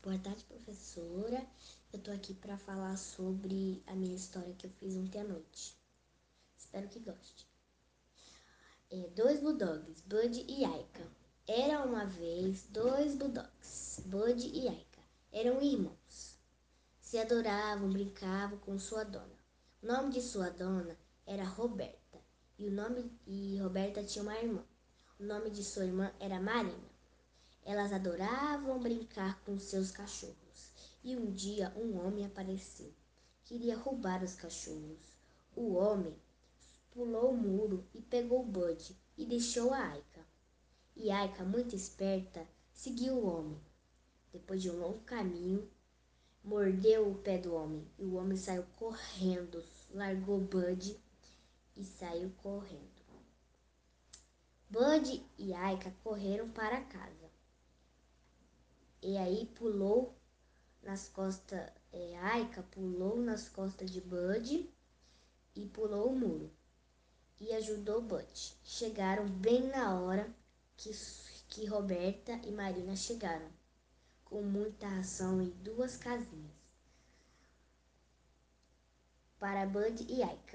Boa tarde, professora. Eu tô aqui para falar sobre a minha história que eu fiz ontem à noite. Espero que goste. Dois bulldogs, Bud e Aika. Era uma vez dois bulldogs, Bud e Aika. Eram irmãos. Se adoravam, brincavam com sua dona. O nome de sua dona era Roberta e Roberta tinha uma irmã. O nome de sua irmã era Marina. Elas adoravam brincar com seus cachorros. E um dia um homem apareceu. Queria roubar os cachorros. O homem pulou o muro e pegou Bud e deixou a Aika. E Aika, muito esperta, seguiu o homem. Depois de um longo caminho, mordeu o pé do homem. E o homem saiu correndo, largou Bud e saiu correndo. Bud e Aika correram para casa. E aí pulou nas costas, Aika pulou nas costas de Bud e pulou o muro e ajudou Bud. Chegaram bem na hora que Roberta e Marina chegaram, com muita ração e duas casinhas para Bud e Aika.